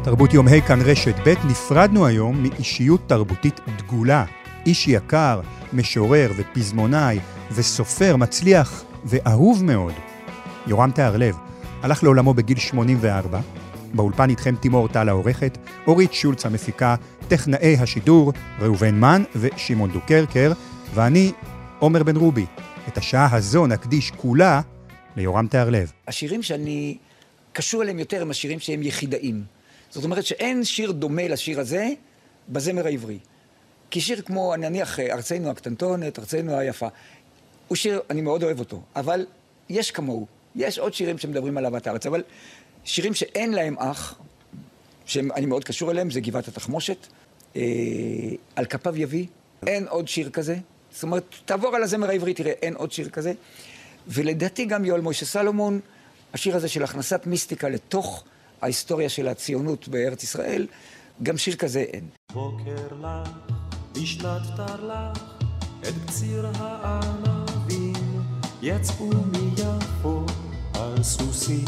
תרבות יום ה' כאן רשת ב'. נפרדנו היום מאישיות תרבותית דגולה. איש יקר, משורר ופזמונאי וסופר מצליח ואהוב מאוד. יורם תהרלב הלך לעולמו בגיל 84. באולפן איתכם תימור טל העורכת, אורית שולץ המפיקה, טכנאי השידור, ראובן מן ושמעון דוקרקר, ואני עומר בן רובי. את השעה הזו נקדיש כולה ליורם תהרלב. השירים שאני קשור אליהם יותר הם השירים שהם יחידאים. זאת אומרת שאין שיר דומה לשיר הזה בזמר העברי. כי שיר כמו, נניח, ארצנו הקטנטונת, ארצנו היפה, הוא שיר, אני מאוד אוהב אותו, אבל יש כמוהו. יש עוד שירים שמדברים על אהבת הארץ, אבל שירים שאין להם אח, שאני מאוד קשור אליהם, זה גבעת התחמושת, על כפיו יביא, אין עוד שיר כזה. זאת אומרת, תעבור על הזמר העברי, תראה, אין עוד שיר כזה. ולדעתי גם יואל מוישה סלומון, השיר הזה של הכנסת מיסטיקה לתוך ההיסטוריה של הציונות בארץ ישראל, גם שיר כזה אין. בוקר לך, בשנת תרל"ח, את קציר הענבים, יצאו מיפו על סוסים,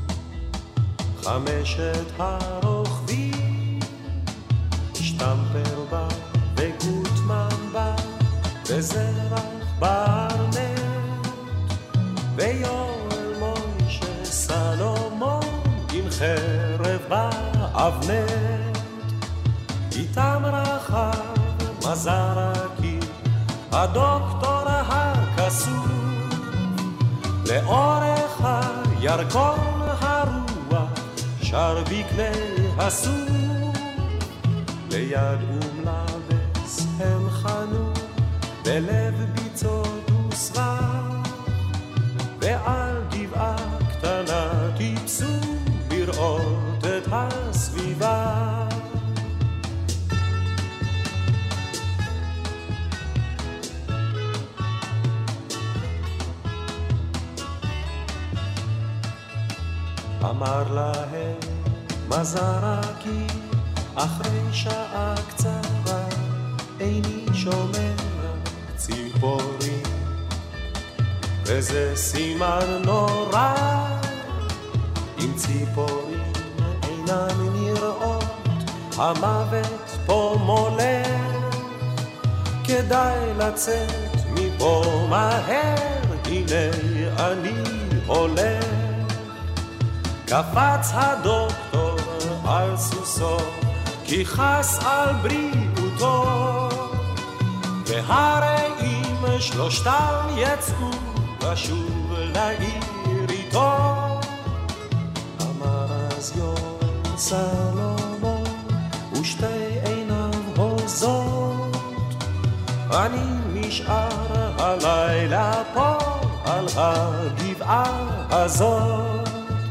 חמשת הרוכבים, שטמפר בא וגוטמן בא, וזרח ברנט, ויואל מוישה סלומון, עם חרב באבנט, איתם רחב מזרקי, הדוקטור הקסום, לאורך הירקון הרוח, שר בקני הסום, ליד ומלבס הם חנו, בלב ביצות וסבך, ועל גבעה קטנה טיפסו לראות את הסביבה. אמר להם מזרקי, אחרי שעה קצרה איני שומע ציפורים, וזה סימן נורא, אם ציפורים אינן נראות, המוות פה מולך, כדאי לצאת מפה מהר, הנה אני הולך. קפץ הדוקטור על סוסו, כי חס על בריאותו, והרי אם שלושתם יצאו לשוב לעיר איתו, אמר אז יואל סלומון ושתי עיניו הוזות, אני נשאר הלילה פה על הגבעה הזאת.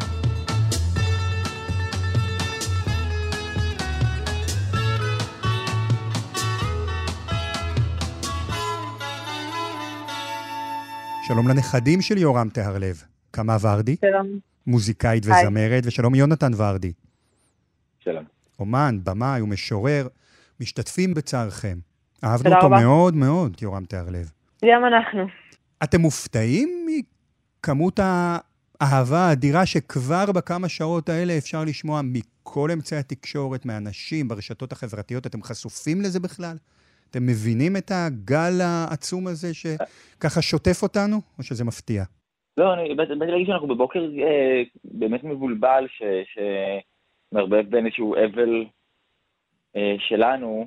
שלום לנכדים של יורם תהרלב, קמה ורדי, שלום. מוזיקאית וזמרת, ושלום יונתן ורדי. שלום. אומן, במאי ומשורר, משתתפים בצערכם. אהבנו אותו מאוד מאוד, יורם תהרלב. גם אנחנו. אתם מופתעים מכמות האהבה האדירה שכבר בכמה שעות האלה אפשר לשמוע מכל אמצעי התקשורת, מאנשים ברשתות החברתיות? אתם חשופים לזה בכלל? אתם מבינים את הגל העצום הזה שככה שוטף אותנו, או שזה מפתיע? לא, אני באתי להגיד שאנחנו בבוקר באמת מבולבל, שמערבב בין איזשהו אבל שלנו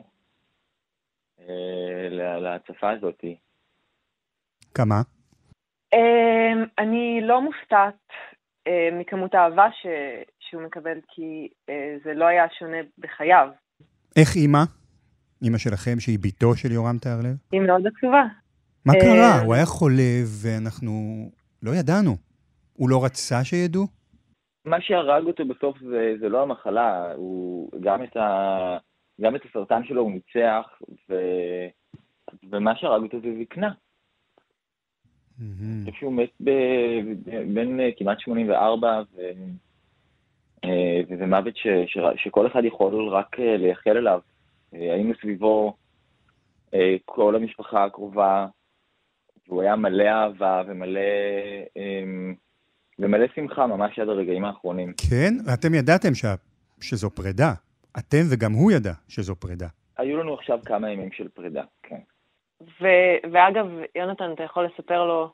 להצפה הזאת. כמה? אני לא מופתעת מכמות האהבה שהוא מקבל, כי זה לא היה שונה בחייו. איך אימא? אימא שלכם, שהיא ביתו של יורם תהרלב? היא מאוד עצובה. מה קרה? הוא היה חולה ואנחנו לא ידענו. הוא לא רצה שידעו? מה שהרג אותו בסוף זה לא המחלה, הוא גם את הסרטן שלו הוא ניצח, ומה שהרג אותו זה זקנה. אני חושב שהוא מת בין כמעט 84, וזה מוות שכל אחד יכול רק לייחל אליו. היינו סביבו כל המשפחה הקרובה, והוא היה מלא אהבה ומלא שמחה ממש עד הרגעים האחרונים. כן? ואתם ידעתם שזו פרידה. אתם וגם הוא ידע שזו פרידה. היו לנו עכשיו כמה ימים של פרידה, כן. ואגב, יונתן, אתה יכול לספר לו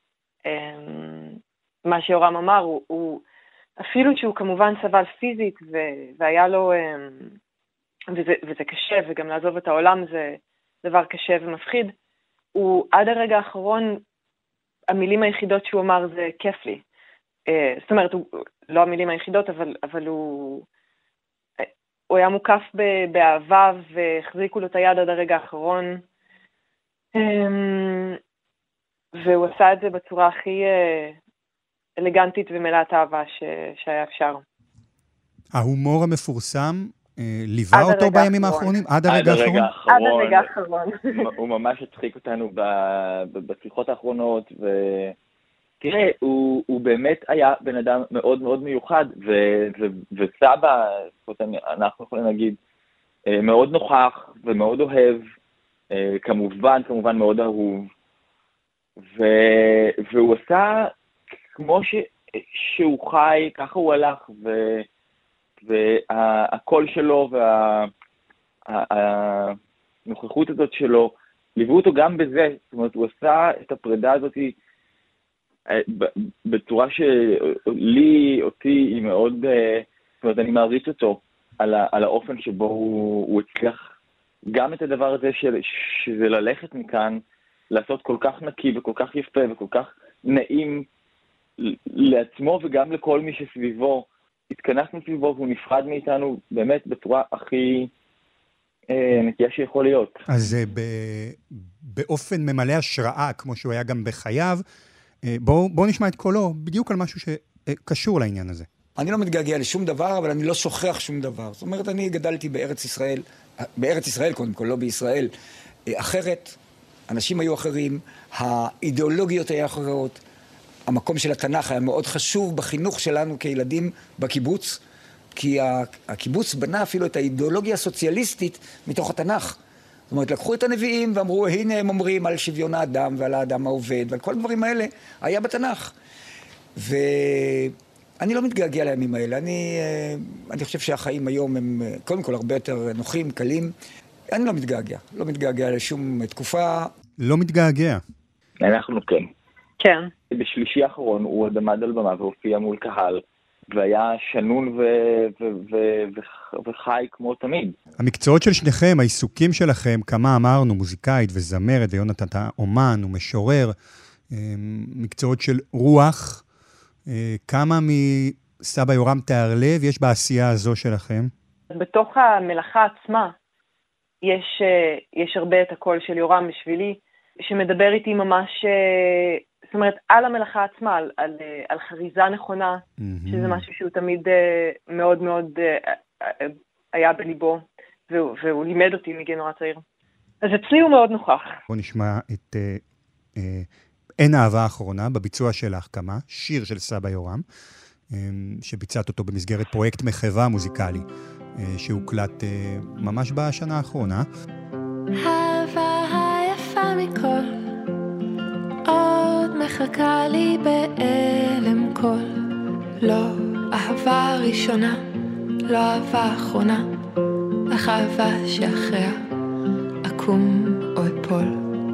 מה שיורם אמר, הוא אפילו שהוא כמובן סבל פיזית, והיה לו, וזה קשה, וגם לעזוב את העולם זה דבר קשה ומפחיד, הוא עד הרגע האחרון, המילים היחידות שהוא אמר זה כיף לי. זאת אומרת, לא המילים היחידות, אבל הוא היה מוקף באהבה, והחזיקו לו את היד עד הרגע האחרון, והוא עשה את זה בצורה הכי אלגנטית ומלאת אהבה שהיה אפשר. ההומור המפורסם ליווה אותו בימים האחרונים? עד הרגע האחרון? עד הרגע האחרון. הוא ממש הצחיק אותנו בשיחות האחרונות, תראה, הוא באמת היה בן אדם מאוד מאוד מיוחד, וסבא, אנחנו יכולים להגיד, מאוד נוכח ומאוד אוהב, כמובן מאוד אהוב, והוא עשה כמו שהוא חי, ככה הוא הלך, והקול שלו והנוכחות הזאת שלו, ליוו אותו גם בזה, זאת אומרת, הוא עשה את הפרידה הזאת בצורה שלי, אותי, היא מאוד, זאת אומרת, אני מעריץ אותו על האופן שבו הוא הצליח גם את הדבר הזה שזה ללכת מכאן, לעשות כל כך נקי וכל כך יפה וכל כך נעים לעצמו וגם לכל מי שסביבו. התכנסנו סביבו והוא נפרד מאיתנו באמת בצורה הכי נקייה שיכול להיות. אז באופן ממלא השראה, כמו שהוא היה גם בחייו, בואו נשמע את קולו בדיוק על משהו שקשור לעניין הזה. אני לא מתגעגע לשום דבר, אבל אני לא שוכח שום דבר. זאת אומרת, אני גדלתי בארץ ישראל קודם כל, לא בישראל, אחרת, אנשים היו אחרים, האידיאולוגיות היו אחרות, המקום של התנ"ך היה מאוד חשוב בחינוך שלנו כילדים בקיבוץ, כי הקיבוץ בנה אפילו את האידיאולוגיה הסוציאליסטית מתוך התנ"ך. זאת אומרת, לקחו את הנביאים ואמרו, הנה הם אומרים על שוויון האדם ועל האדם העובד, ועל כל הדברים האלה, היה בתנ"ך. ואני לא מתגעגע לימים האלה. אני חושב שהחיים היום הם קודם כל הרבה יותר נוחים, קלים. אני לא מתגעגע לשום תקופה. לא מתגעגע. אנחנו כן. כן. בשלישי האחרון הוא עוד עמד על במה והופיע מול קהל, והיה שנון וחי כמו תמיד. המקצועות של שניכם, העיסוקים שלכם, כמה אמרנו, מוזיקאית וזמרת, ויונתן אתה אומן ומשורר, מקצועות של רוח, כמה מסבא יורם תיארלב יש בעשייה הזו שלכם? בתוך המלאכה עצמה יש הרבה את הקול של יורם בשבילי, שמדבר איתי ממש, זאת אומרת, על המלאכה עצמה, על חריזה נכונה, שזה משהו שהוא תמיד מאוד מאוד היה בליבו, והוא לימד אותי מגיל נורא צעיר. אז אצלי הוא מאוד נוכח. בוא נשמע את אין אהבה האחרונה, בביצוע שלך כמה, שיר של סבא יורם, שביצעת אותו במסגרת פרויקט מחווה מוזיקלי, שהוקלט ממש בשנה האחרונה. אהבה היפה מכל, עוד מחכה לי באלם כל, לא אהבה ראשונה, לא אהבה אחרונה, אך אהבה שאחריה אקום או אפול.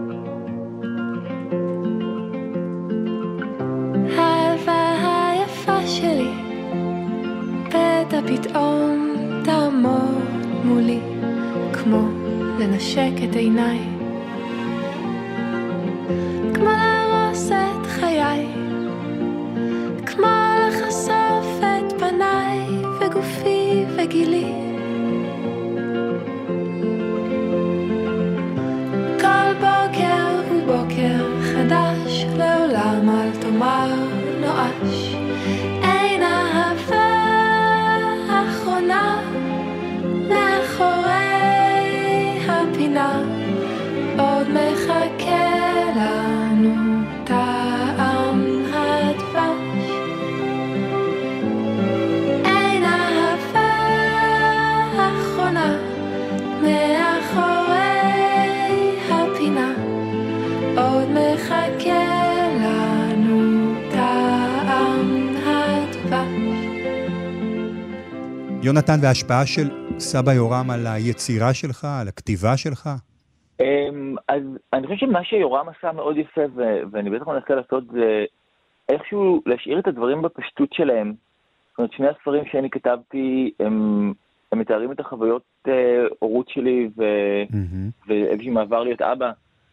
האהבה היפה שלי, פתע פתאום תעמוד מולי, כמו לנשק את עיניי, כמו להרוס את חיי, כמו לחשוף את פניי וגופי וגילי. כל בוקר הוא בוקר חדש, לעולם אל תאמר נואש, אין אהבה אחרונה מאחורי הפינה, עוד מחכה לנו טעם הדבש, אין אהבה אחרונה מאחורי הפינה, עוד מחכה לנו טעם יונתן, וההשפעה של סבא יורם על היצירה שלך, על הכתיבה שלך? אז אני חושב שמה שיורם עשה מאוד יפה, ואני בטח מנסה לעשות, זה איכשהו להשאיר את הדברים בפשטות שלהם. זאת אומרת, שני הספרים שאני כתבתי, הם מתארים את החוויות הורות שלי, ואיזשהו מעבר להיות אבא.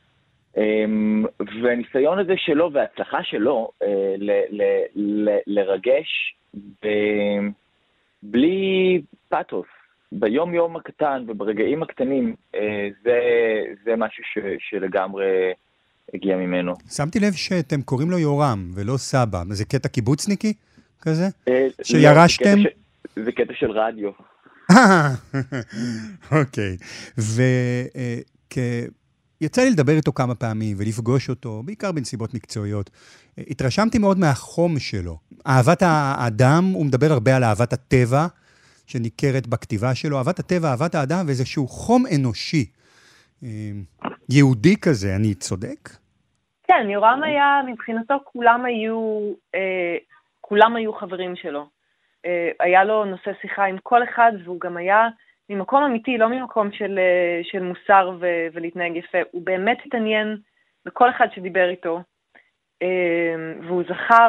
והניסיון הזה שלו, וההצלחה שלו, לרגש בלי פאתוס, ביום יום הקטן וברגעים הקטנים, זה משהו שלגמרי הגיע ממנו. שמתי לב שאתם קוראים לו יורם ולא סבא. זה קטע קיבוצניקי כזה? שירשתם? זה קטע של רדיו. אוקיי. יצא לי לדבר איתו כמה פעמים ולפגוש אותו, בעיקר בנסיבות מקצועיות. התרשמתי מאוד מהחום שלו. אהבת האדם, הוא מדבר הרבה על אהבת הטבע, שניכרת בכתיבה שלו. אהבת הטבע, אהבת האדם, ואיזשהו חום אנושי. יהודי כזה, אני צודק? כן, יורם היה, מבחינתו, כולם היו חברים שלו. היה לו נושא שיחה עם כל אחד, והוא גם היה ממקום אמיתי, לא ממקום של מוסר ולהתנהג יפה. הוא באמת התעניין בכל אחד שדיבר איתו, והוא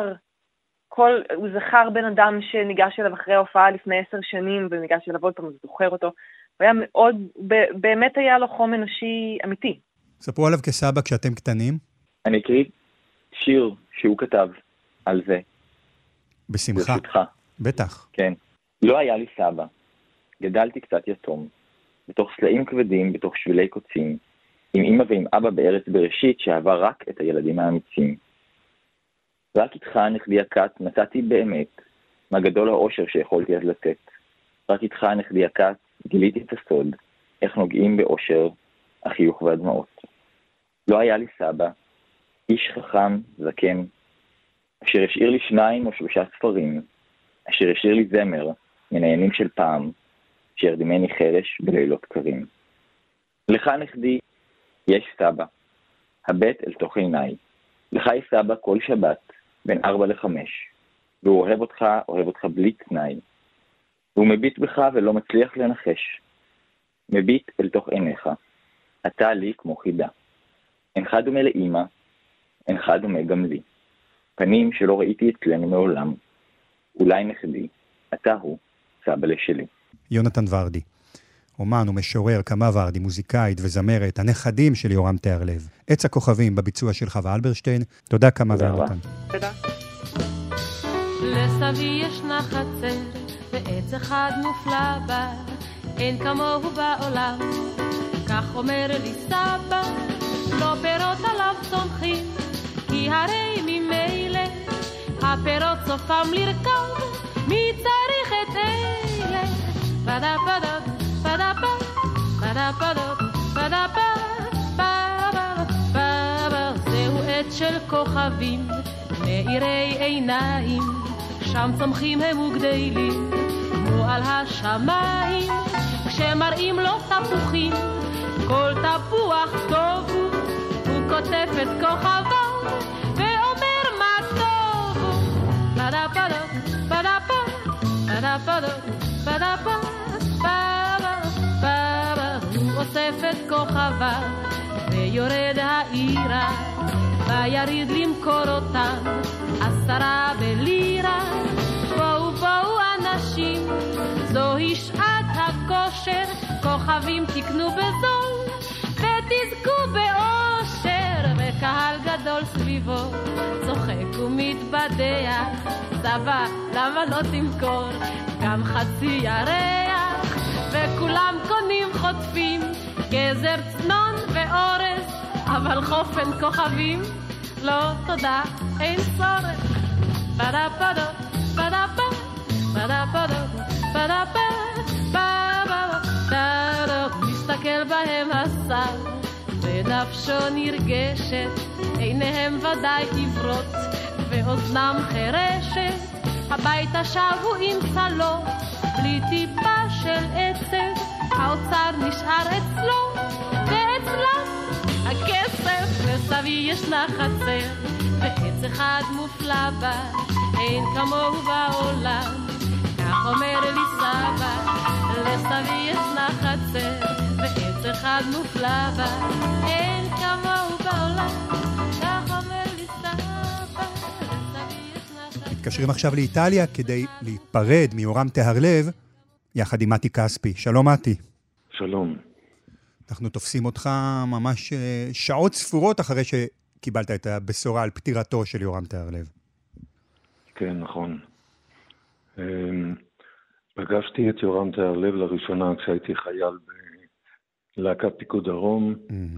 זכר בן אדם שניגש אליו אחרי ההופעה לפני 10 שנים, וניגש אליו עוד פעם, הוא זוכר אותו. הוא היה מאוד, באמת היה לו חום אנושי אמיתי. ספרו עליו כסבא כשאתם קטנים. אני אקריא שיר שהוא כתב על זה. בשמחה. ברשותך. בטח. כן. לא היה לי סבא. גדלתי קצת יתום. בתוך סלעים כבדים, בתוך שבילי קוצים. עם אמא ועם אבא בארץ בראשית שאהבה רק את הילדים האמיצים. רק איתך, נכדי הקט, נתתי באמת מה גדול האושר שיכולתי אז לתת. רק איתך, נכדי הקט, גיליתי את הסוד, איך נוגעים באושר, החיוך והדמעות. לא היה לי סבא, איש חכם, זקן, אשר השאיר לי 2 או 3 ספרים, אשר השאיר לי זמר, מן הימים של פעם, שירדימני חרש בלילות קרים. לך נכדי, יש סבא, הבט אל תוך עיניי. לך יש סבא כל שבת, בין 4 ל-5, והוא אוהב אותך בלי תנאי. והוא מביט בך ולא מצליח לנחש. מביט אל תוך עיניך. אתה לי כמו חידה. אינך דומה לאמא, אינך דומה גם לי. פנים שלא ראיתי אצלנו מעולם. אולי נכדי, אתה הוא סבא לשלי. יונתן ורדי, אומן ומשורר, קמה ורדי, מוזיקאית וזמרת, הנכדים של יורם תיארלב. עץ הכוכבים בביצוע של חווה אלברשטיין. תודה קמה ויונתן. תודה. לסבי ישנה חצר, ועץ אחד מופלא בה, אין כמוהו בעולם. כך אומר לי סבא, לא פירות עליו צומחים, כי הרי ממילא הפירות סופם לרכב, מי צריך את אלה? פדה פדה פדה פדה פדה פדה פדה. זהו עץ של כוכבים מאירי עיניים, שם צומחים הם וגדלים כמו על השמיים. כשמראים לו תפוחים, כל תפוח טוב הוא כותב את כוכביו ואומר מה טוב. פדה פדה פדה פדה פדה פדה פדה. הוא אוסף את כוכביו ויורד העירה, ויריד למכור אותם 10 בלירה. בואו אנשים, זוהי שעת הכושר, כוכבים תקנו בזול ותזכו באושר. וקהל גדול סביבו צוחק ומתבדח, סבא למה לא תמכור גם חצי ירח? וכולם קונים חוטפים גזר צנון ואורז, אבל חופן כוכבים לא תודה, אין צורך. פדה פדה פדה פדה פדה פדה פדה. מסתכל בהם השר ונפשו נרגשת, עיניהם ודאי עברות ואוזנם חרשת. הביתה שבו עם צלו בלי טיפה של עצב, האוצר נשאר אצלו ואצלם הכסף. לסבי ישנה חצר ועץ אחד מופלא בה, אין כמוהו בעולם. כך אומר לי סבא, לסבי ישנה חצר, ועץ אחד מופלא בה, אין כמוהו בעולם, כך אומר לי סבא, לסבי ישנה חצר. מתקשרים עכשיו לאיטליה כדי להיפרד מיורם תהרלב, יחד עם מתי כספי. שלום מתי. שלום. אנחנו תופסים אותך ממש שעות ספורות אחרי שקיבלת את הבשורה על פטירתו של יורם תהרלב. כן, נכון. פגשתי את יורם תהרלב לראשונה כשהייתי חייל בלהקת פיקוד דרום.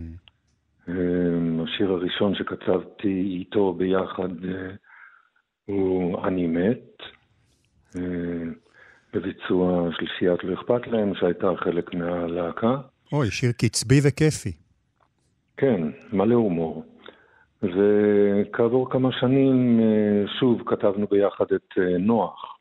השיר הראשון שכתבתי איתו ביחד הוא אני מת, בביצוע שלישיית לא אכפת להם, שהייתה חלק מהלהקה. אוי, שיר קצבי וכיפי. כן, מלא הומור. וכעבור כמה שנים שוב כתבנו ביחד את נוח.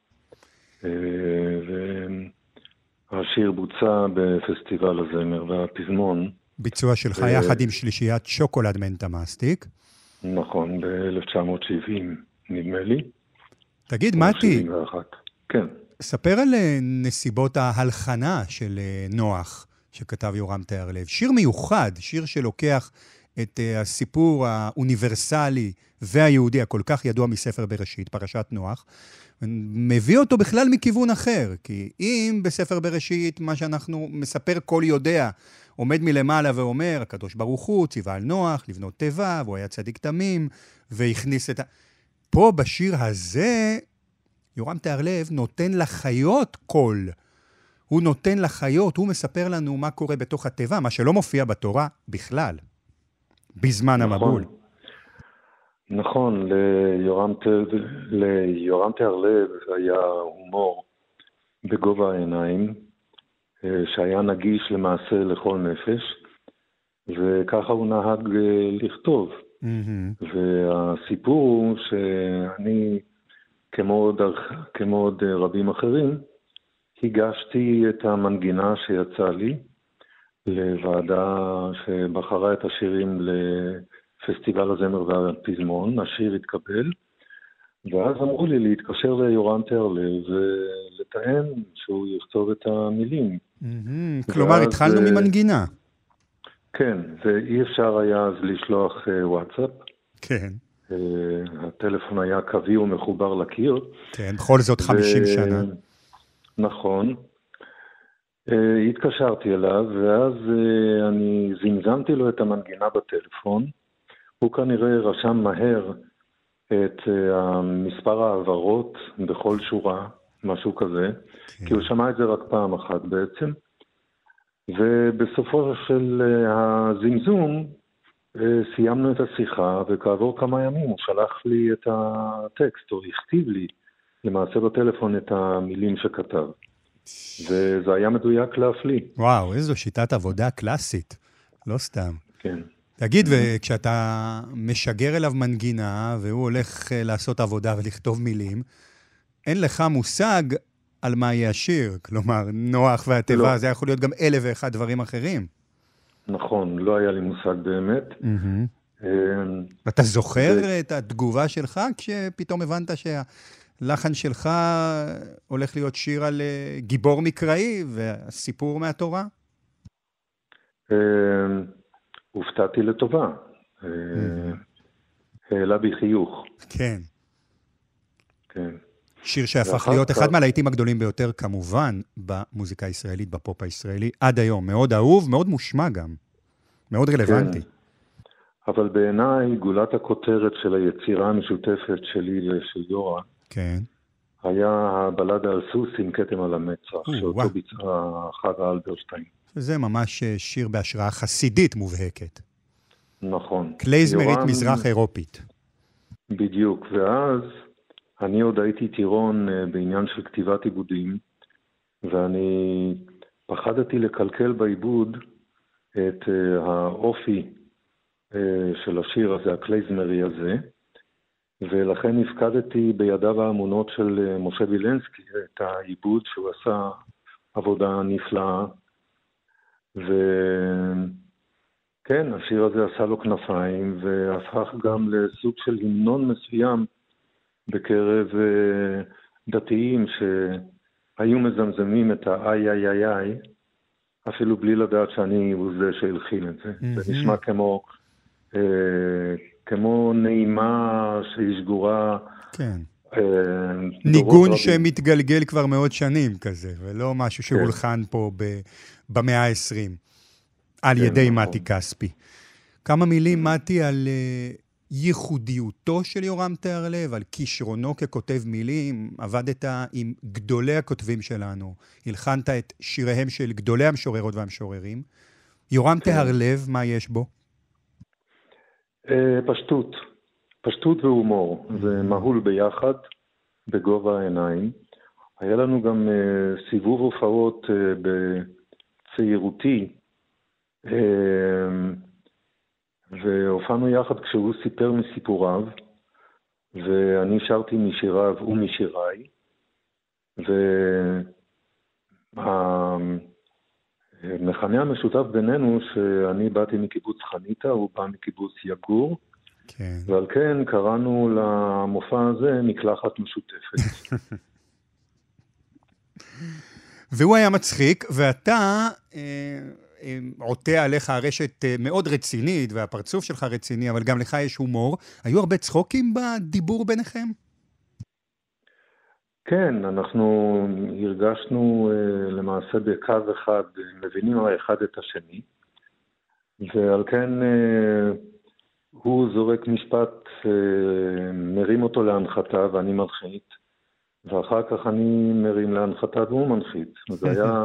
והשיר בוצע בפסטיבל הזמר והפזמון. ביצוע שלך יחד עם שלישיית שוקולד מנטה מסטיק. נכון, ב-1970 נדמה לי. תגיד, מתי, כן. ספר על נסיבות ההלחנה של נוח שכתב יורם תהרלב. שיר מיוחד, שיר שלוקח את הסיפור האוניברסלי והיהודי הכל כך ידוע מספר בראשית, פרשת נוח, מביא אותו בכלל מכיוון אחר, כי אם בספר בראשית מה שאנחנו מספר כל יודע, עומד מלמעלה ואומר, הקדוש ברוך הוא ציווה על נוח לבנות תיבה, והוא היה צדיק תמים, והכניס את פה בשיר הזה, יורם תהרלב נותן לחיות קול. הוא נותן לחיות, הוא מספר לנו מה קורה בתוך התיבה, מה שלא מופיע בתורה בכלל, בזמן המבול. נכון, ליורם תהרלב היה הומור בגובה העיניים, שהיה נגיש למעשה לכל נפש, וככה הוא נהג לכתוב. והסיפור הוא שאני, כמו עוד רבים אחרים, הגשתי את המנגינה שיצא לי לוועדה שבחרה את השירים לפסטיבל הזמר והפזמון. השיר התקבל, ואז אמרו לי להתקשר ליורם תהרלב ולתאם שהוא יכתוב את המילים. כלומר, התחלנו ממנגינה. כן, ואי אפשר היה אז לשלוח וואטסאפ. כן. הטלפון היה קווי ומחובר לקיר. כן, בכל זאת 50 שנה. נכון. התקשרתי אליו, ואז אני זמזמתי לו את המנגינה בטלפון. הוא כנראה רשם מהר את מספר העברות בכל שורה, משהו כזה, כי הוא שמע את זה רק פעם אחת בעצם. ובסופו של הזמזום סיימנו את השיחה, וכעבור כמה ימים הוא שלח לי את הטקסט, או הכתיב לי למעשה בטלפון את המילים שכתב. וזה היה מדויק להפליא. וואו, איזו שיטת עבודה קלאסית. לא סתם. כן. תגיד, וכשאתה משגר אליו מנגינה, והוא הולך לעשות עבודה ולכתוב מילים, אין לך מושג על מה יהיה השיר. כלומר, נוח והתיבה, זה יכול להיות גם 1,001 דברים אחרים. נכון, לא היה לי מושג באמת. ואתה זוכר את התגובה שלך כשפתאום הבנת שהלחן שלך הולך להיות שיר על גיבור מקראי והסיפור מהתורה? הופתעתי לטובה. העלה בי חיוך. כן. כן. שיר שהפך להיות אחד מהלהיטים הגדולים ביותר, כמובן, במוזיקה הישראלית, בפופ הישראלי, עד היום. מאוד אהוב, מאוד מושמע גם. מאוד רלוונטי. כן. אבל בעיניי, גולת הכותרת של היצירה המשותפת שלי ושל יורה, כן. היה הבלדה על סוס עם כתם על המצח, שאותו ביצעה חווה אלברשטיין. זה ממש שיר בהשראה חסידית מובהקת. נכון. קלייזמרית מזרח אירופית. בדיוק, ואז אני עוד הייתי טירון בעניין של כתיבת עיבודים, ואני פחדתי לקלקל בעיבוד את האופי של השיר הזה, הקלייזמרי הזה, ולכן הפקדתי בידיו האמונות של משה וילנסקי את העיבוד שהוא עשה עבודה נפלאה, וכן, השיר הזה עשה לו כנפיים, והפך גם לסוג של המנון מסוים בקרב דתיים היו מזמזמים את האי איי איי איי, אפילו בלי לדעת שאני הוא זה שהלחין את זה. זה נשמע כמו נעימה שהיא שגורה. כן. ניגון שמתגלגל כבר מאות שנים כזה, ולא משהו שהולחן פה במאה ה-20, על ידי מתי כספי. כמה מילים, מתי, על ייחודיותו של יורם תיארלב, על כישרונו ככותב מילים. עבדת עם גדולי הכותבים שלנו, הלחנת את שיריהם של גדולי המשוררות והמשוררים. יורם תיארלב, מה יש בו? פשטות והומור, זה מהול ביחד, בגובה העיניים. היה לנו גם סיבוב הופעות בצעירותי, והופענו יחד כשהוא סיפר מסיפוריו, ואני שרתי משיריו ומשיריי, והמכנה המשותף בינינו שאני באתי מקיבוץ חניתה, הוא בא מקיבוץ יגור, כן. ועל כן קראנו למופע הזה מקלחת משותפת. והוא היה מצחיק, ואתה עוטה עליך הרשת מאוד רצינית, והפרצוף שלך רציני, אבל גם לך יש הומור. היו הרבה צחוקים בדיבור ביניכם? כן, אנחנו הרגשנו למעשה בקו אחד, מבינים האחד את השני, ועל כן הוא זורק משפט, מרים אותו להנחתה ואני מנחית, ואחר כך אני מרים להנחתה והוא מנחית. זה היה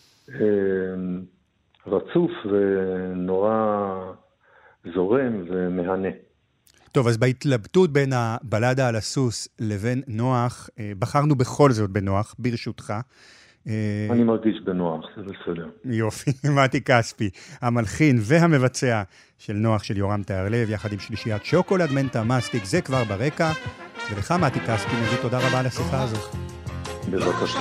רצוף ונורא זורם ומהנה. טוב, אז בהתלבטות בין הבלדה על הסוס לבין נוח, בחרנו בכל זאת בנוח, ברשותך. אני מרגיש בנוח, זה בסדר. יופי, מתי כספי, המלחין והמבצע של נוח של יורם תיארלב, יחד עם שלישיית שוקולד מנטה מסטיק, זה כבר ברקע, ולך מתי כספי, נגיד תודה רבה על השיחה הזו. בבקשה.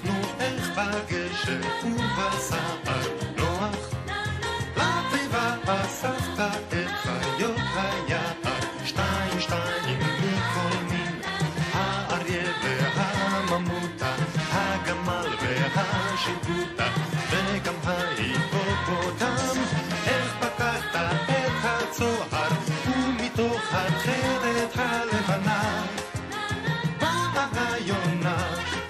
וגם ההיפופוטם, איך פתחת את הצוהר, ומתוך התכלת הלבנה, באה יונה.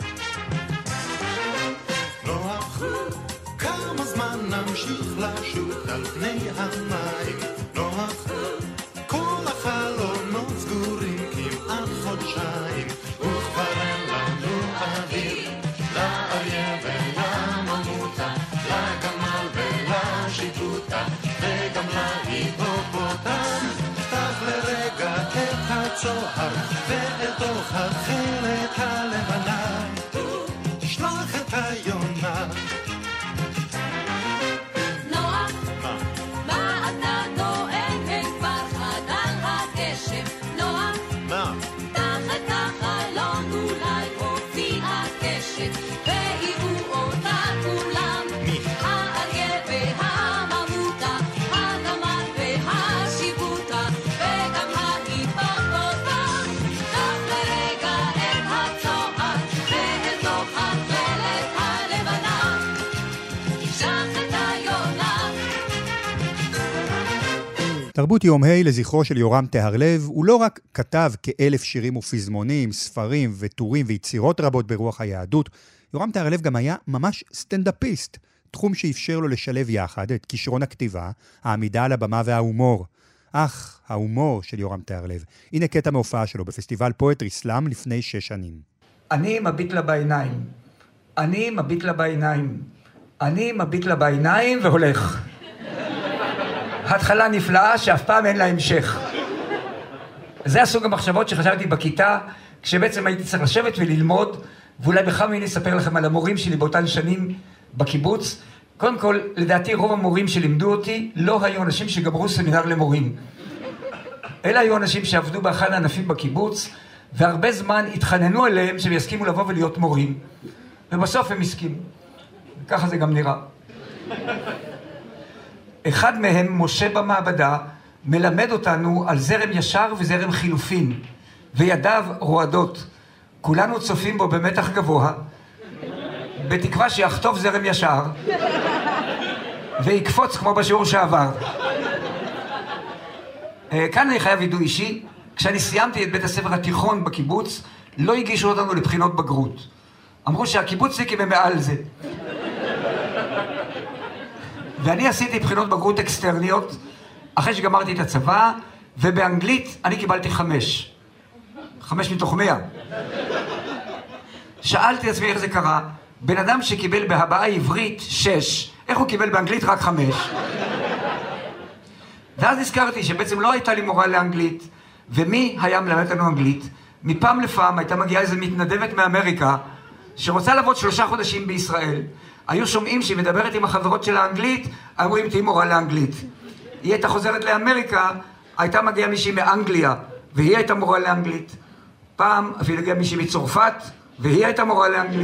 נוח, כמה זמן נמשיך לשוט על פני המים? נוח, כל החלונות סגורים כמעט חודשיים, וכבר אין לנו אוויר לאריה ולממותה, לגמל ולשיטוטה, וגם להיפופוטם. פתח לרגע את הצוהר ואל תוך התכלת הלבנה, תשלח את היונה. נוח, מה אתה דואג ופחד על הגשם? נוח, תחת החלון אולי הופיע קשת, והיו אותה כולם, האריה והממותה, הגמל והשיבוטה, וגם ההיפופוטם. קח לרגע את הצוהר ואל תוך התכלת הלבנה, תשלח את היונה. תרבות יום ה' לזכרו של יורם תיארלב, הוא לא רק כתב כ1,000 שירים ופזמונים, ספרים וטורים ויצירות רבות ברוח היהדות, יורם תיארלב גם היה ממש סטנדאפיסט, תחום שאפשר לו לשלב יחד את כישרון הכתיבה, העמידה על הבמה וההומור. אך, ההומור של יורם תיארלב, הנה קטע מהופעה שלו בפסטיבל פואטרי סלאם לפני 6 שנים. אני מביט לה בעיניים, אני מביט לה בעיניים, אני מביט לה בעיניים והולך. התחלה נפלאה שאף פעם אין לה המשך. זה הסוג המחשבות שחשבתי בכיתה, כשבעצם הייתי צריך לשבת וללמוד, ואולי בכמה מילים אספר לכם על המורים שלי באותן שנים בקיבוץ. קודם כל, לדעתי רוב המורים שלימדו אותי לא היו אנשים שגמרו סמינר למורים. אלה היו אנשים שעבדו באחד הענפים בקיבוץ, והרבה זמן התחננו אליהם שהם יסכימו לבוא ולהיות מורים. ובסוף הם הסכימו. ככה זה גם נראה. אחד מהם, משה במעבדה, מלמד אותנו על זרם ישר וזרם חילופין, וידיו רועדות. כולנו צופים בו במתח גבוה, בתקווה שיחטוף זרם ישר, ויקפוץ כמו בשיעור שעבר. כאן אני חייב וידוי אישי, כשאני סיימתי את בית הספר התיכון בקיבוץ, לא הגישו אותנו לבחינות בגרות. אמרו שהקיבוצניקים הם מעל זה. ואני עשיתי בחינות בגרות אקסטרניות, אחרי שגמרתי את הצבא, ובאנגלית אני קיבלתי 5. 5 מתוך 100. שאלתי עצמי איך זה קרה, בן אדם שקיבל בהבעה עברית 6, איך הוא קיבל באנגלית רק 5? ואז נזכרתי שבעצם לא הייתה לי מורה לאנגלית, ומי היה מלמד לנו אנגלית? מפעם לפעם הייתה מגיעה איזו מתנדבת מאמריקה, שרוצה לעבוד 3 חודשים בישראל. היו שומעים שהיא מדברת עם החברות של האנגלית, אמרו אם תהי מורה לאנגלית. היא הייתה חוזרת לאמריקה, הייתה מגיעה מישהי מאנגליה, והיא הייתה מורה לאנגלית. פעם אפילו הגיעה מישהי מצרפת, והיא הייתה מורה לאנגלית.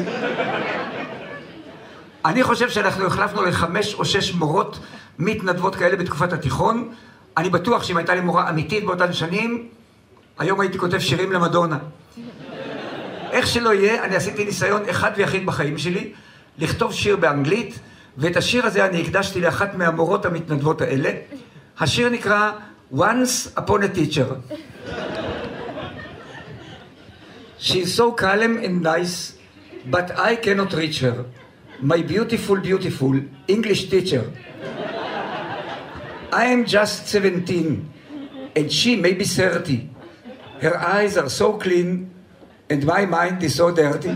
אני חושב שאנחנו החלפנו ל5 או 6 מורות מתנדבות כאלה בתקופת התיכון. אני בטוח שאם הייתה לי מורה אמיתית באותן שנים, היום הייתי כותב שירים למדונה. איך שלא יהיה, אני עשיתי ניסיון אחד ויחיד בחיים שלי, לכתוב שיר באנגלית, ואת השיר הזה אני הקדשתי לאחת מהמורות המתנדבות האלה. השיר נקרא Once Upon a Teacher. She's so calm and nice, but I cannot reach her. My beautiful, beautiful English teacher. I am just 17, and she may be 30. Her eyes are so clean, and my mind is so dirty.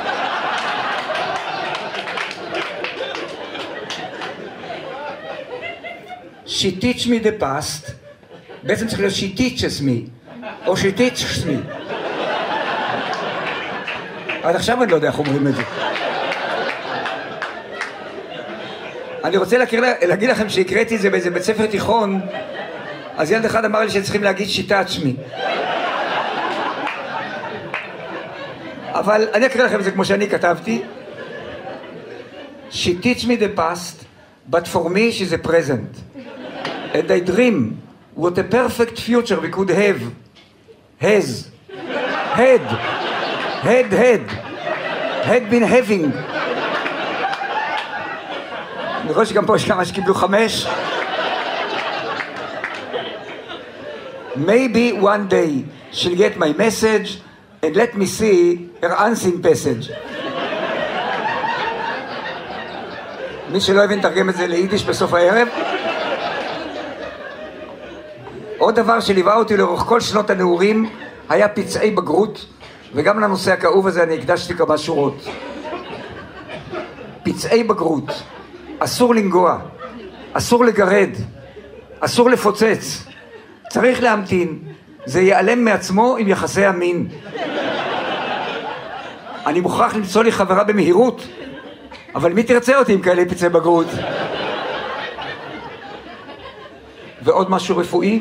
She teach me the past. בעצם צריך להיות she teaches me, או she teaches me. עד עכשיו אני לא יודע איך אומרים את זה. אני רוצה להגיד לכם שהקראתי את זה באיזה בית ספר תיכון, אז ילד אחד אמר לי שצריכים להגיד she touch me. אבל אני אקריא לכם את זה כמו שאני כתבתי. She teach me the past, but for me she's a present. And I dream what a perfect future we could have. Had been having. אני רואה שגם פה יש כמה שקיבלו 5. Maybe one day she'll get my message and let me see her unseen passage. מי שלא הבין תרגם את זה ליידיש בסוף הערב. עוד דבר שליווה אותי לאורך כל שנות הנעורים היה פצעי בגרות, וגם לנושא הכאוב הזה אני הקדשתי כמה שורות. פצעי בגרות, אסור לנגוע, אסור לגרד, אסור לפוצץ, צריך להמתין, זה ייעלם מעצמו עם יחסי המין. אני מוכרח למצוא לי חברה במהירות, אבל מי תרצה אותי עם כאלה פצעי בגרות? ועוד משהו רפואי?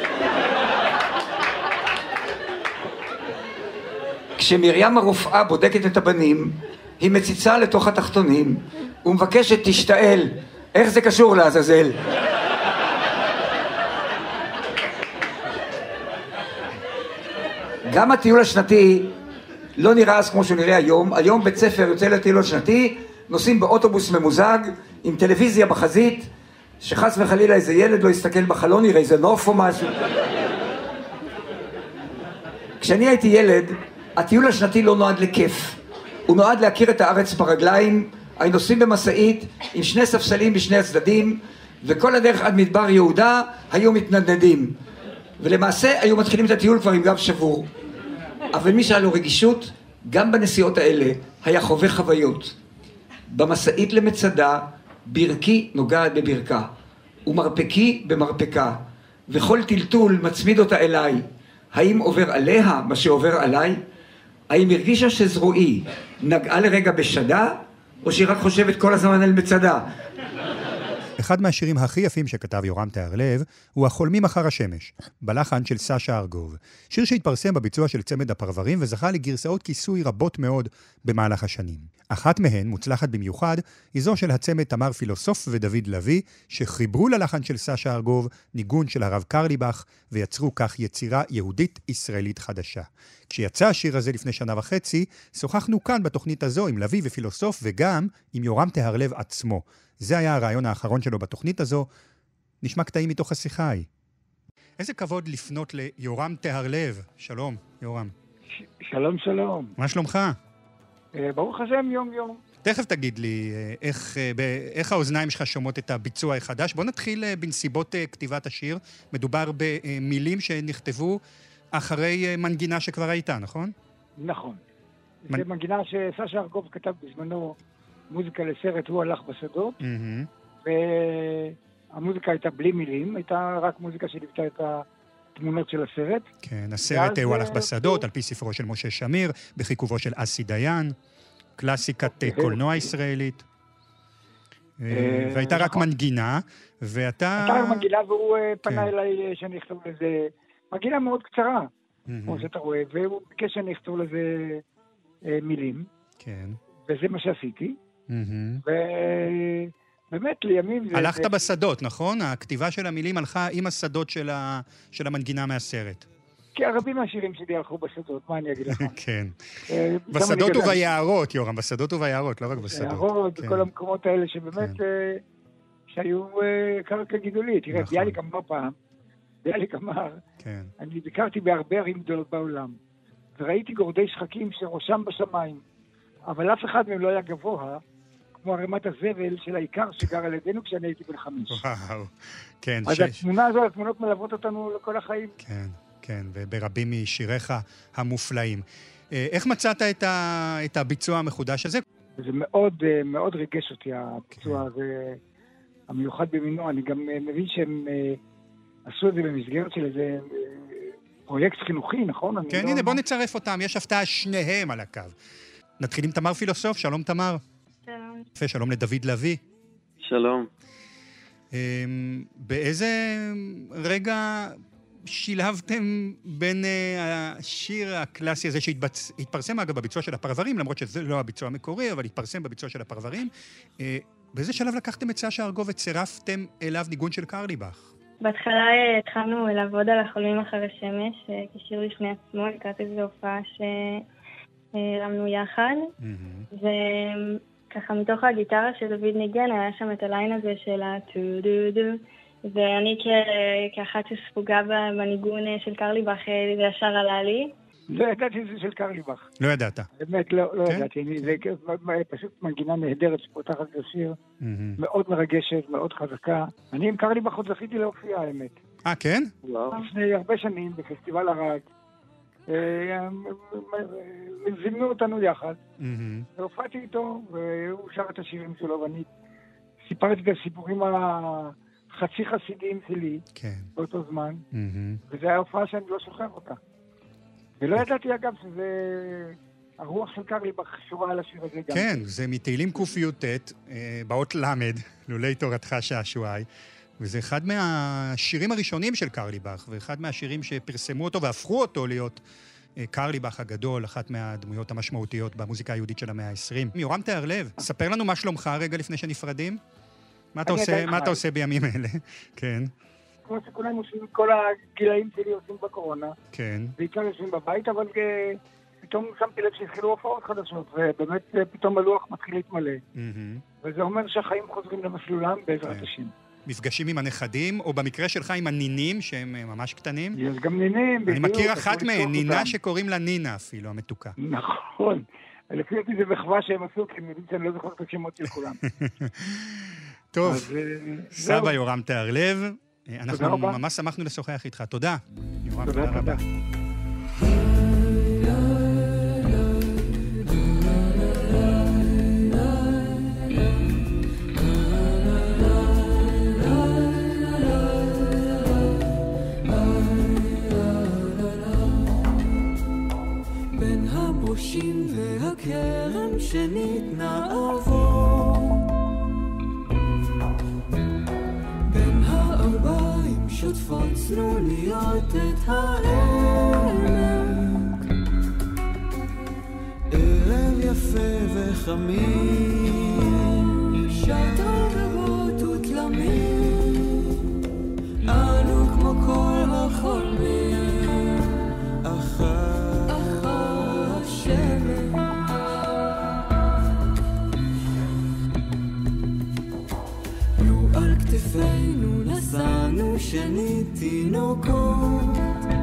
כשמרים הרופאה בודקת את הבנים, היא מציצה לתוך התחתונים ומבקשת תשתעל. איך זה קשור לעזאזל? גם הטיול השנתי לא נראה אז כמו שהוא נראה היום. היום בית ספר יוצא לטיול השנתי, נוסעים באוטובוס ממוזג עם טלוויזיה בחזית, שחס וחלילה איזה ילד לא יסתכל בחלון, יראה איזה נוף או משהו. כשאני הייתי ילד, הטיול השנתי לא נועד לכיף, הוא נועד להכיר את הארץ ברגליים. היינו נוסעים במסעית עם 2 ספסלים בשני הצדדים, וכל הדרך עד מדבר יהודה היו מתנדנדים, ולמעשה היו מתחילים את הטיול כבר עם גב שבור. אבל מי שהיה לו רגישות, גם בנסיעות האלה היה חווה חוויות. במסעית למצדה, ברכי נוגעת בברכה, ומרפקי במרפקה, וכל טלטול מצמיד אותה אליי. האם עובר עליה מה שעובר עליי? האם הרגישה שזרועי נגעה לרגע בשדה, או שהיא רק חושבת כל הזמן על מצדה? אחד מהשירים הכי יפים שכתב יורם תיארלב הוא החולמים אחר השמש, בלחן של סשה ארגוב. שיר שהתפרסם בביצוע של צמד הפרברים וזכה לגרסאות כיסוי רבות מאוד במהלך השנים. אחת מהן, מוצלחת במיוחד, היא זו של הצמד תמר פילוסוף ודוד לוי, שחיברו ללחן של סשה ארגוב ניגון של הרב קרליבך, ויצרו כך יצירה יהודית-ישראלית חדשה. כשיצא השיר הזה לפני 1.5 שנה, שוחחנו כאן בתוכנית הזו עם לוי ופילוסוף וגם עם יורם תיארלב עצמו. זה היה הרעיון האחרון שלו בתוכנית הזו. נשמע קטעים מתוך השיחה ההיא. איזה כבוד לפנות ליורם תיארלב. שלום, יורם. שלום, שלום. מה שלומך? ברוך השם, יום יום. תכף תגיד לי איך האוזניים שלך שומעות את הביצוע החדש. בוא נתחיל בנסיבות כתיבת השיר. מדובר במילים שנכתבו אחרי מנגינה שכבר הייתה, נכון? נכון. זה מנגינה שסשה ארגוב כתב בזמנו מוזיקה לסרט הוא הלך בשדות, והמוזיקה הייתה בלי מילים, הייתה רק מוזיקה שליוותה את התמונות של הסרט. כן, הסרט הוא הלך בשדות, על פי ספרו של משה שמיר, בחיכובו של אסי דיין, קלאסיקת קולנוע ישראלית. והייתה רק מנגינה, ואתה... הייתה רק מנגינה, והוא פנה אליי שאני אכתוב לזה, מנגינה מאוד קצרה, כמו שאתה רואה, והוא ביקש שאני אכתוב לזה מילים. כן. וזה מה שעשיתי. ובאמת לימים זה... הלכת בשדות, נכון? הכתיבה של המילים הלכה עם השדות של המנגינה מהסרט. כי הרבים מהשירים שלי הלכו בשדות, מה אני אגיד לך? כן. בשדות וביערות, יורם, בשדות וביערות, לא רק בשדות. ביערות, בכל המקומות האלה שבאמת, שהיו קרקע גידולית. תראה, ביאליק אמר פעם, ביאליק אמר, אני ביקרתי בהרבה ערים גדולות בעולם, וראיתי גורדי שחקים שראשם בשמיים, אבל אף אחד מהם לא היה גבוה, כמו הרמת הזבל של העיקר שגר על ידינו כשאני הייתי בן 5. וואו, כן. אז התמונה הזו, התמונות מלוות אותנו לכל החיים. כן, כן, וברבים משיריך המופלאים. איך מצאת את הביצוע המחודש הזה? זה מאוד, מאוד ריגש אותי, הביצוע הזה, המיוחד במינו. אני גם מבין שהם עשו את זה במסגרת של איזה פרויקט חינוכי, נכון? כן, הנה, בוא נצרף אותם, יש הפתעה שניהם על הקו. נתחיל עם תמר פילוסוף, שלום תמר. שלום. יפה, שלום לדוד לוי. שלום. באיזה רגע שילבתם בין השיר הקלאסי הזה שהתפרסם אגב בביצוע של הפרברים, למרות שזה לא הביצוע המקורי, אבל התפרסם בביצוע של הפרברים, באיזה שלב לקחתם את סשה ארגוב וצירפתם אליו ניגון של קרליבך? בהתחלה התחלנו לעבוד על החולמים אחר השמש, כשיר לפני עצמו, לקראת איזו הופעה הרמנו יחד, וככה מתוך הגיטרה של דוד ניגן היה שם את הליין הזה של הטו-דו-דו, ואני כאחת שספוגה בניגון של קרליבך זה ישר עלה לי. לא ידעתי שזה של קרליבך. לא ידעת? באמת לא ידעתי, זה פשוט מנגינה נהדרת שפותחת את השיר, מאוד מרגשת, מאוד חזקה. אני עם קרליבך עוד זכיתי להופיע האמת. כן? לפני הרבה שנים בפסטיבל הרג. זימנו אותנו יחד, והופעתי איתו, והוא שר את השירים שלו, ואני סיפרתי את הסיפורים החצי חסידיים שלי באותו זמן, וזו היה הופעה שאני לא שוכח אותה. ולא ידעתי אגב שזה הרוח של קרליבך שורה על השיר הזה גם. כן, זה מתהילים ק"ט, באות למד, לולי תורתך שעשועי, וזה אחד מהשירים הראשונים של קרליבך, ואחד מהשירים שפרסמו אותו והפכו אותו להיות קרליבך הגדול, אחת מהדמויות המשמעותיות במוזיקה היהודית של המאה ה-20. יורם תיארלב, ספר לנו מה שלומך רגע לפני שנפרדים. מה אתה עושה בימים אלה? כן. כמו שכולם עושים, כל הגילאים שלי עושים בקורונה. כן. בעיקר יושבים בבית, אבל פתאום שמתי לב שהתחילו הופעות חדשות, ובאמת פתאום הלוח מתחיל להתמלא. וזה אומר שהחיים חוזרים למסלולם בעזרת השם. מפגשים עם הנכדים, או במקרה שלך עם הנינים, שהם ממש קטנים. יש גם נינים. אני מכיר אחת מהן, נינה שקוראים לה נינה אפילו, המתוקה. נכון. לפי אותי זה מחווה שהם עשו, כי הם יודעים שאני לא זוכר את השמות של כולם. טוב, סבא יורם תיארלב, אנחנו ממש שמחנו לשוחח איתך. תודה. תודה רבה. הבושים והכרם שניתנה עבור שוטפות צנוניות את העמק. ערב יפה וחמים, שעת על גגות ותלמים, אנו כמו כל החולמים, אחר השמש. לו על כתפינו נשאנו שנית תינוקות,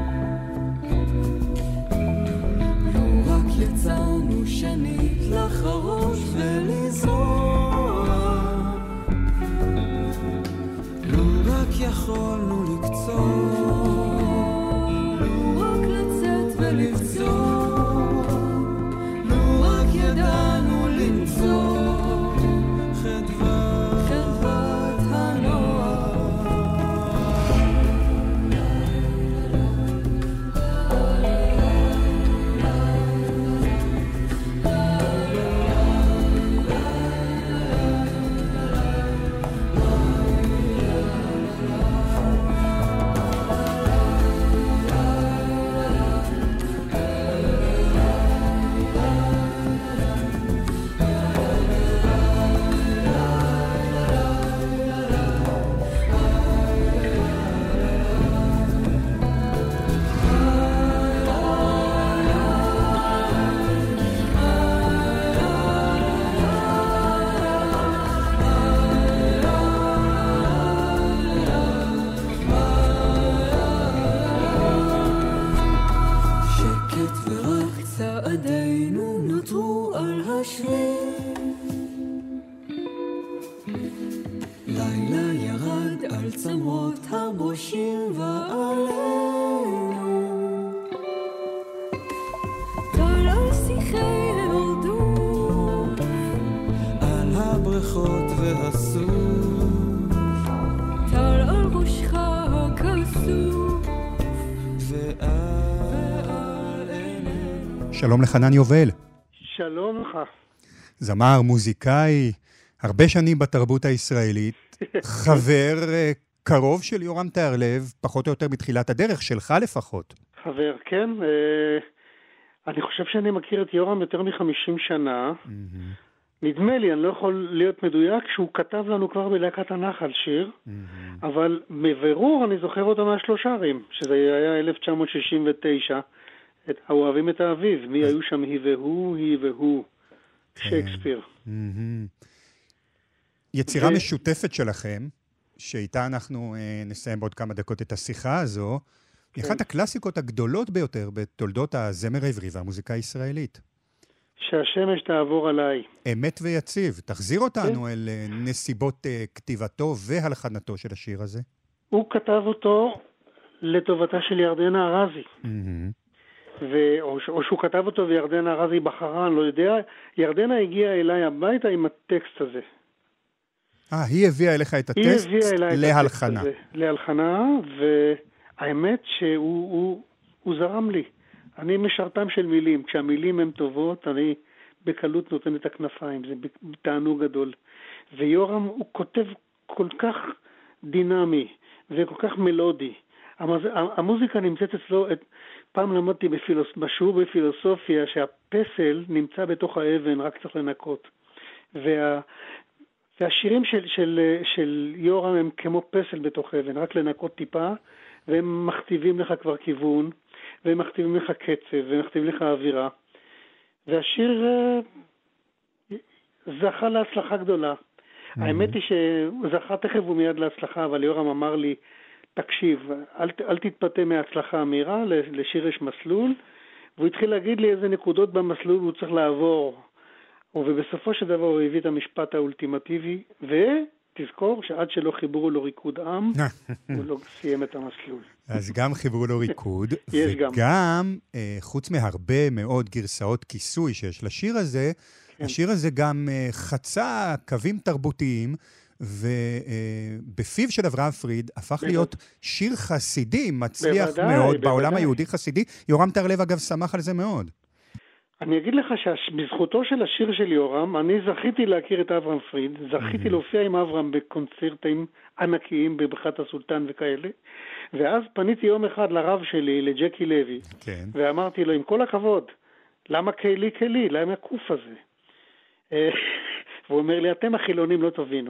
לו רק יצאנו שנית לחרוש ולזרוע, לו רק יכולנו לקצור, לו רק לצאת ולבצור, לו רק ידענו למצוא חדוות הנוער. לילה ירד על צמרות הבושים ועלינו, טל על שיחי הרדוף, על הבריכות והסוף, טל על ראשך הכסוף ועל עינינו. שלום לחנן יובל. שלום לך. זמר, מוזיקאי, הרבה שנים בתרבות הישראלית, חבר קרוב של יורם טהרלב, פחות או יותר בתחילת הדרך, שלך לפחות. חבר, כן. אני חושב שאני מכיר את יורם יותר מ-50 שנה. נדמה לי, אני לא יכול להיות מדויק, שהוא כתב לנו כבר בלהקת הנחל שיר, אבל מבירור אני זוכר אותו מהשלושה ערים, שזה היה 1969, האוהבים את האביב, מי היו שם היא והוא, שייקספיר. יצירה משותפת שלכם, שאיתה אנחנו נסיים בעוד כמה דקות את השיחה הזו, היא אחת הקלאסיקות הגדולות ביותר בתולדות הזמר העברי והמוזיקה הישראלית. שהשמש תעבור עליי. אמת ויציב. תחזיר אותנו אל נסיבות כתיבתו והלחנתו של השיר הזה. הוא כתב אותו לטובתה של ירדנה ארזי. או שהוא כתב אותו וירדנה ארזי בחרה, אני לא יודע. ירדנה הגיעה אליי הביתה עם הטקסט הזה. היא הביאה אליך את הטקסט להלחנה. להלחנה, והאמת שהוא זרם לי. אני משרתם של מילים. כשהמילים הן טובות, אני בקלות נותן את הכנפיים. זה תענוג גדול. ויורם הוא כותב כל כך דינמי וכל כך מלודי. המוזיקה נמצאת אצלו, פעם למדתי בשיעור בפילוסופיה שהפסל נמצא בתוך האבן, רק צריך לנקות. והשירים של יורם הם כמו פסל בתוך אבן, רק לנקות טיפה, והם מכתיבים לך כבר כיוון, והם מכתיבים לך קצב, והם מכתיבים לך אווירה. והשיר זכה להצלחה גדולה. האמת היא שהוא זכה תכף ומיד להצלחה, אבל יורם אמר לי, תקשיב, אל תתפתה מההצלחה המהירה, לשיר יש מסלול, והוא התחיל להגיד לי איזה נקודות במסלול הוא צריך לעבור. ובסופו של דבר הוא הביא את המשפט האולטימטיבי, ותזכור שעד שלא חיברו לו ריקוד עם, הוא לא סיים את המסלול. אז גם חיברו לו ריקוד, וגם, חוץ מהרבה מאוד גרסאות כיסוי שיש לשיר הזה, השיר הזה גם חצה קווים תרבותיים, ובפיו של אברהם פריד הפך להיות שיר חסידי, מצליח מאוד בעולם היהודי חסידי. יורם טהרלב אגב שמח על זה מאוד. אני אגיד לך שבזכותו של השיר של יורם, אני זכיתי להכיר את אברהם פריד, זכיתי להופיע עם אברהם בקונצרטים ענקיים בבריכת הסולטן וכאלה, ואז פניתי יום אחד לרב שלי, לג'קי לוי, ואמרתי לו, עם כל הכבוד, למה כלי? למה הקוף הזה? והוא אומר לי, אתם החילונים לא תבינו.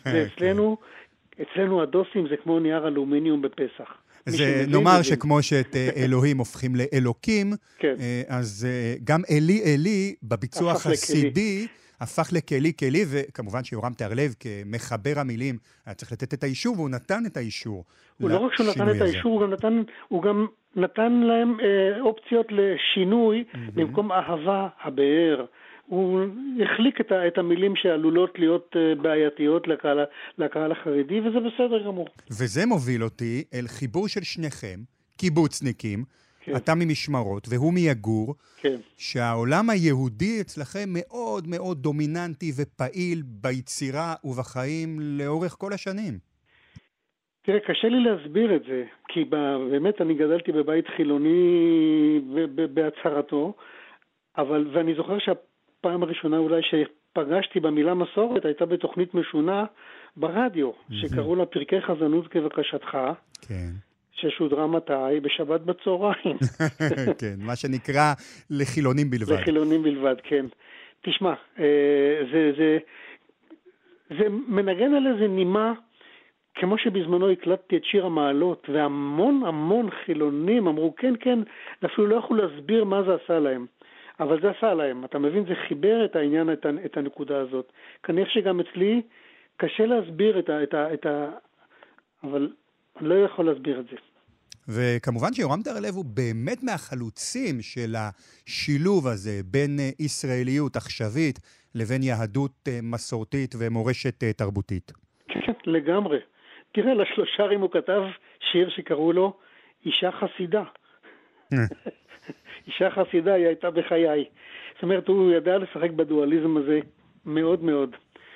אצלנו הדוסים זה כמו נייר אלומיניום בפסח. זה נאמר שכמו שאת אלוהים הופכים לאלוקים, אז גם אלי בביצוע החסידי הפך לכלי, וכמובן שיורם תהרלב כמחבר המילים היה צריך לתת את האישור, והוא נתן את האישור. הוא לא רק שהוא נתן את האישור, הוא גם נתן להם אופציות לשינוי במקום אהבה, הבאר. הוא החליק את המילים שעלולות להיות בעייתיות לקהל החרדי, וזה בסדר גמור. וזה מוביל אותי אל חיבור של שניכם, קיבוצניקים, אתה ממשמרות והוא מיגור, שהעולם היהודי אצלכם מאוד מאוד דומיננטי ופעיל ביצירה ובחיים לאורך כל השנים. תראה, קשה לי להסביר את זה, כי באמת אני גדלתי בבית חילוני בהצהרתו, ואני זוכר פעם הראשונה אולי שפגשתי במילה מסורת הייתה בתוכנית משונה ברדיו, שקראו לה פרקי חזנות כבקשתך, ששודרה מתי? בשבת בצהריים. כן, מה שנקרא לחילונים בלבד. לחילונים בלבד, כן. תשמע, זה מנגן על איזה נימה, כמו שבזמנו הקלטתי את שיר המעלות, והמון חילונים אמרו כן, אפילו לא יכולו להסביר מה זה עשה להם. אבל זה עשה להם, אתה מבין, זה חיבר את העניין, את הנקודה הזאת. כנראה שגם אצלי קשה להסביר אבל אני לא יכול להסביר את זה. וכמובן שיורם תהרלב הוא באמת מהחלוצים של השילוב הזה בין ישראליות עכשווית לבין יהדות מסורתית ומורשת תרבותית. כן, לגמרי. תראה, לשלושרים הוא כתב שיר שקראו לו אישה חסידה. אישה חסידה היא הייתה בחיי. זאת אומרת, הוא ידע לשחק בדואליזם הזה מאוד מאוד.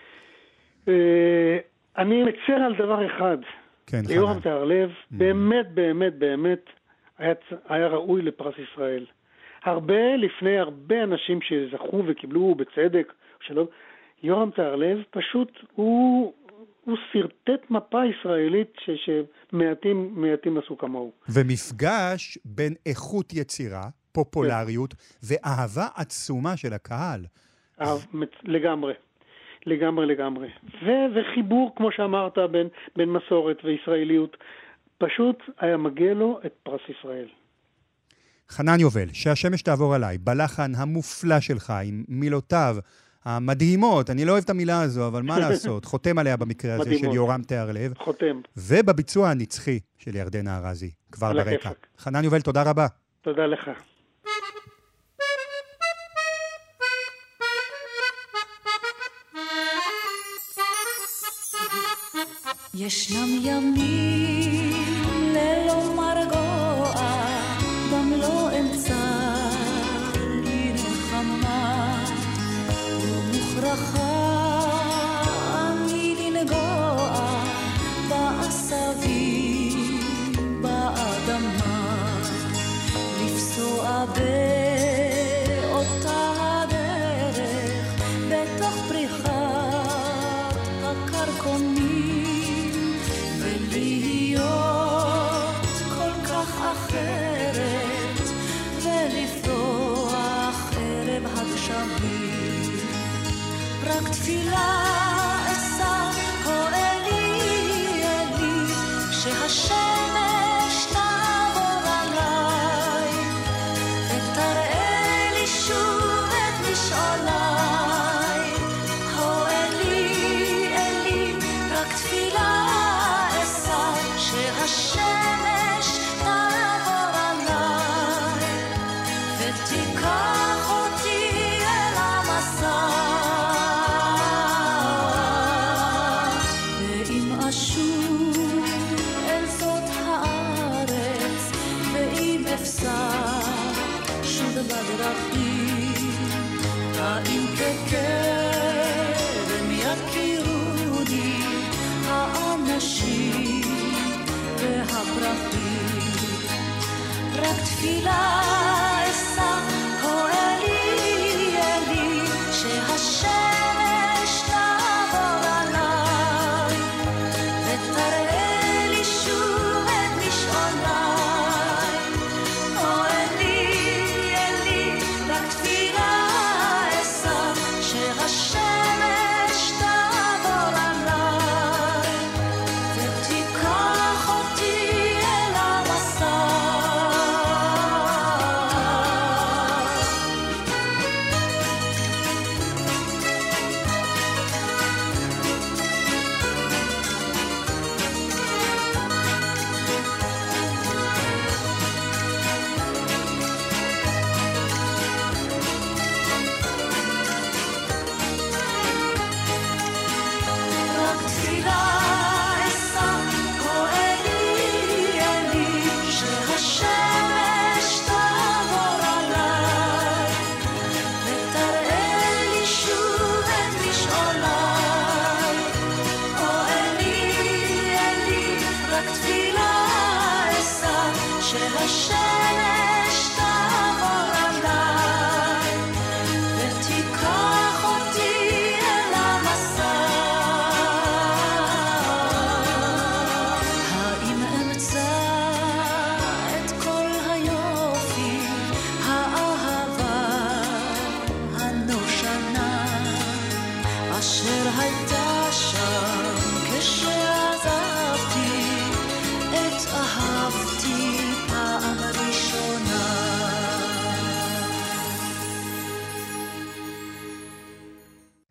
אני מצר על דבר אחד. כן, ליורם תהרלב, באמת היה ראוי לפרס ישראל. לפני הרבה אנשים שזכו וקיבלו בצדק, יורם תהרלב פשוט הוא סרטט מפה ישראלית שמעטים עשו כמוהו. ומפגש בין איכות יצירה, פופולריות, ואהבה עצומה של הקהל. לגמרי. וחיבור, כמו שאמרת, בין מסורת וישראליות. פשוט היה מגיע לו את פרס ישראל. חנן יובל, שהשמש תעבור עליי, בלחן המופלא שלך, עם מילותיו המדהימות, אני לא אוהב את המילה הזו, אבל מה לעשות, חותם עליה במקרה הזה מדהימות. של יורם תהרלב. חותם. ובביצוע הנצחי של ירדנה ארזי, כבר ברקע. חנן יובל, תודה רבה. תודה לך. ישנם ימים ללא מרגוע, גם לא אמצע לי נחמה, ומוכרחה אני לנגוע בעשבים באדמה, לפסוע באותה הדרך בתוך פריחת הקרקונים, ולהיות כל כך אחרת ולפרוח ערב הגשמים. רק תפילה אשא כה אלי שהשמש תעבור עליי ותראה לי שוב את משעוליי. כה אלי רק תפילה אשא שהשמש תעבור עליי ותיקח אותי אל המסע. ואם אשוב אל זאת הארץ, ואם אפסע שוב בדרכים, האם כקרם יכירוני האנשים והפרחים. רק תפילה אשא כה אלי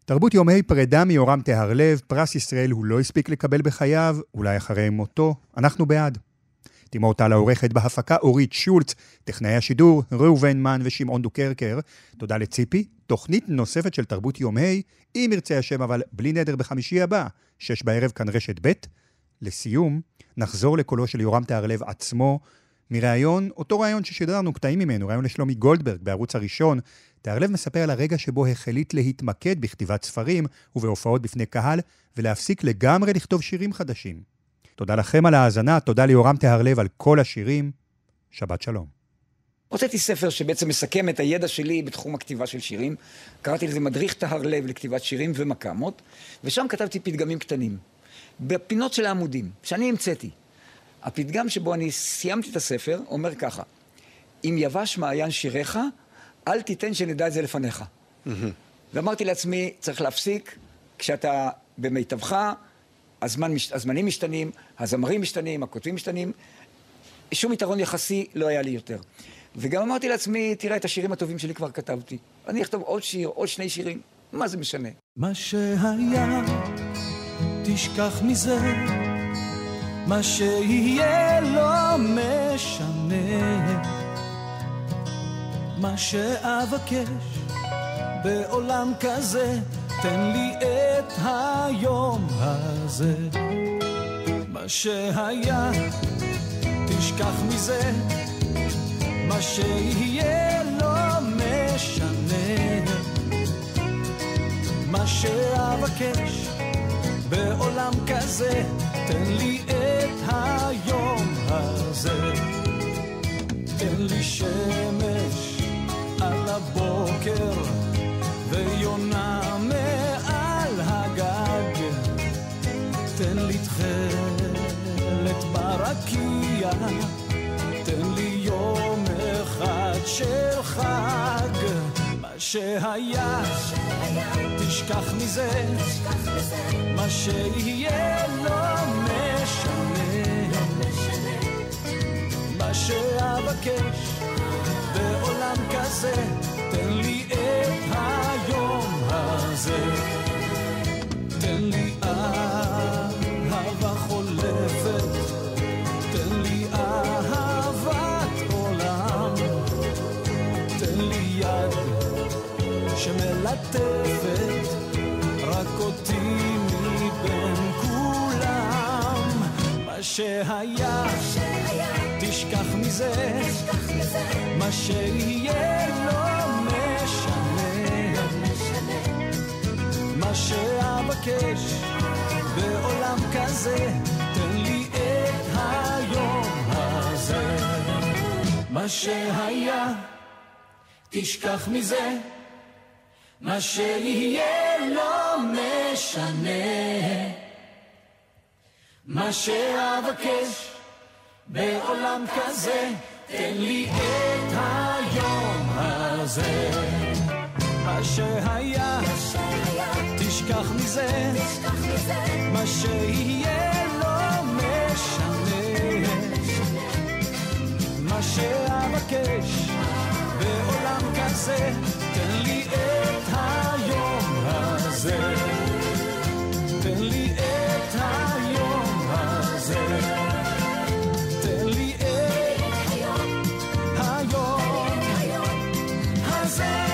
תרבות יומי פרידה מיורם טהרלב, פרס ישראל הוא לא הספיק לקבל בחייו, אולי אחרי מותו, אנחנו בעד. תימור טל העורכת בהפקה אורית שולץ, טכנאי השידור ראובן מן ושמעון דוקרקר. תודה לציפי, תוכנית נוספת של תרבות יומי, אם ירצה השם אבל בלי נדר בחמישי הבא, 6 בערב כאן רשת ב'. לסיום, נחזור לקולו של יורם טהרלב עצמו, מראיון, אותו ראיון ששדרנו קטעים ממנו, ראיון לשלומי גולדברג בערוץ הראשון. טהרלב מספר על הרגע שבו החליט להתמקד בכתיבת ספרים ובהופעות בפני קהל, ולהפסיק לגמרי לכתוב שירים חדשים. תודה לכם על ההאזנה, תודה ליורם טהרלב על כל השירים. שבת שלום. הוצאתי ספר שבעצם מסכם את הידע שלי בתחום הכתיבה של שירים. קראתי לזה מדריך טהרלב לכתיבת שירים ומקאמות, ושם כתבתי פתגמים קטנים, בפינות של העמודים, שאני המצאתי. הפתגם שבו אני סיימתי את הספר אומר ככה: אם יבש מעיין שיריך, אל תיתן שנדע את זה לפניך. ואמרתי לעצמי, צריך להפסיק, כשאתה במיטבך, הזמנים משתנים, הזמרים משתנים, הכותבים משתנים, שום יתרון יחסי לא היה לי יותר. וגם אמרתי לעצמי, תראה, את השירים הטובים שלי כבר כתבתי. אני אכתוב עוד שיר, עוד 2 שירים, מה זה משנה? מה שהיה, תשכח מזה, מה שיהיה לא משנה, מה שאבקש בעולם כזה, תן לי את היום הזה. מה שהיה, תשכח מזה, מה שיהיה לא משנה, מה שאבקש בעולם כזה, תן לי את היום הזה. תן לי שמש על הבוקר ויונה מעל הגג, תן לי תכלת ברקיע, תן לי יום אחד של חג. מה שהיה, תשכח מזה, מה שיהיה לא משנה, מה שאבקש בעולם כזה, תן לי את היום הזה. תן לי אהבה חולפת, תן לי אהבת עולם, תן לי יד שמלטפת רק אותי מבין כולם. מה שהיה, תשכח מזה, מה שיהיה לא משנה, מה שאבקש בעולם כזה, תן לי את היום הזה. מה שהיה, תשכח מזה, מה שיהיה לא משנה, מה שאבקש בעולם כזה, תן לי את היום הזה. מה שהיה, תשכח מזה, מה שיהיה לא משנה, מה שאבקש בעולם כזה, תן לי את היום הזה. תן לי את היום הזה. תן לי את היום הזה.